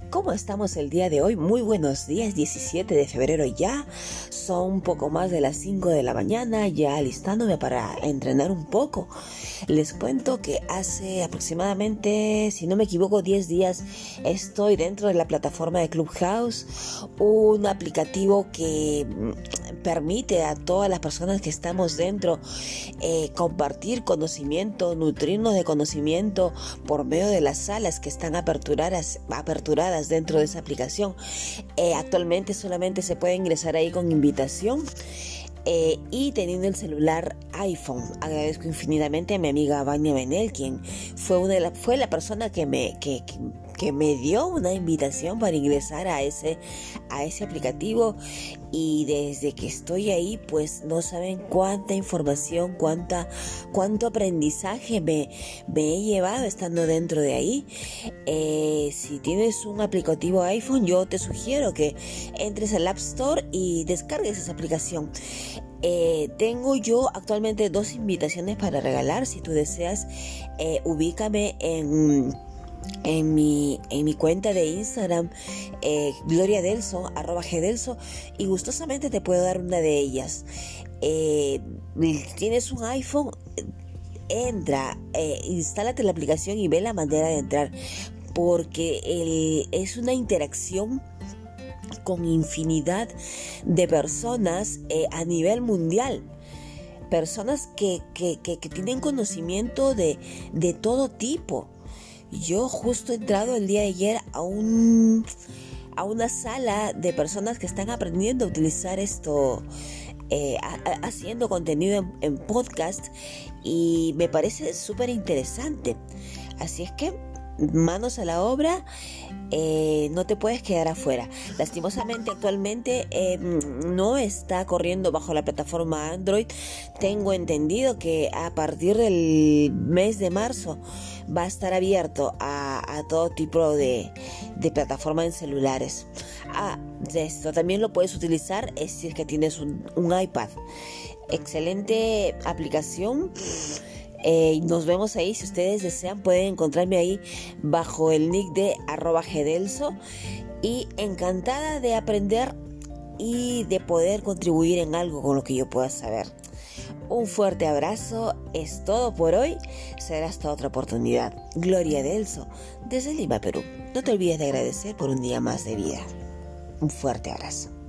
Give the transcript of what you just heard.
¿Cómo estamos el día de hoy? Muy buenos días, 17 de febrero ya. Son un poco más de las 5 de la mañana, ya alistándome para entrenar un poco. Les cuento que hace aproximadamente, si no me equivoco, 10 días estoy dentro de la plataforma de Clubhouse, un aplicativo que permite a todas las personas que estamos dentro compartir conocimiento, nutrirnos de conocimiento por medio de las salas que están aperturadas dentro de esa aplicación. Actualmente solamente se puede ingresar ahí con invitación. Y teniendo el celular iPhone, agradezco infinitamente a mi amiga Vania Benel, quien fue la persona que me dio una invitación para ingresar a ese aplicativo, y desde que estoy ahí pues no saben cuánta información, cuánto aprendizaje me he llevado estando dentro de ahí. Si tienes un aplicativo iPhone, yo te sugiero que entres al App Store y descargues esa aplicación. Tengo yo actualmente 2 invitaciones para regalar. Si tú deseas, ubícame en mi cuenta de Instagram, gloriadelso, @gdelso, y gustosamente te puedo dar una de ellas. Tienes un iPhone, entra, instálate la aplicación y ve la manera de entrar, porque es una interacción con infinidad de personas a nivel mundial. Personas que tienen conocimiento de todo tipo. Yo justo he entrado el día de ayer a una sala de personas que están aprendiendo a utilizar esto, haciendo contenido en podcast, y me parece súper interesante. Así es que manos a la obra, no te puedes quedar afuera. Lastimosamente actualmente no está corriendo bajo la plataforma Android. Tengo entendido que a partir del mes de marzo va a estar abierto a todo tipo de plataforma en celulares. De esto también lo puedes utilizar si es que tienes un iPad. Excelente aplicación. Nos vemos ahí. Si ustedes desean, pueden encontrarme ahí bajo el nick de @gdelso, y encantada de aprender y de poder contribuir en algo con lo que yo pueda saber. Un fuerte abrazo. Es todo por hoy. Será hasta otra oportunidad. Gloria Delso, desde Lima, Perú. No te olvides de agradecer por un día más de vida. Un fuerte abrazo.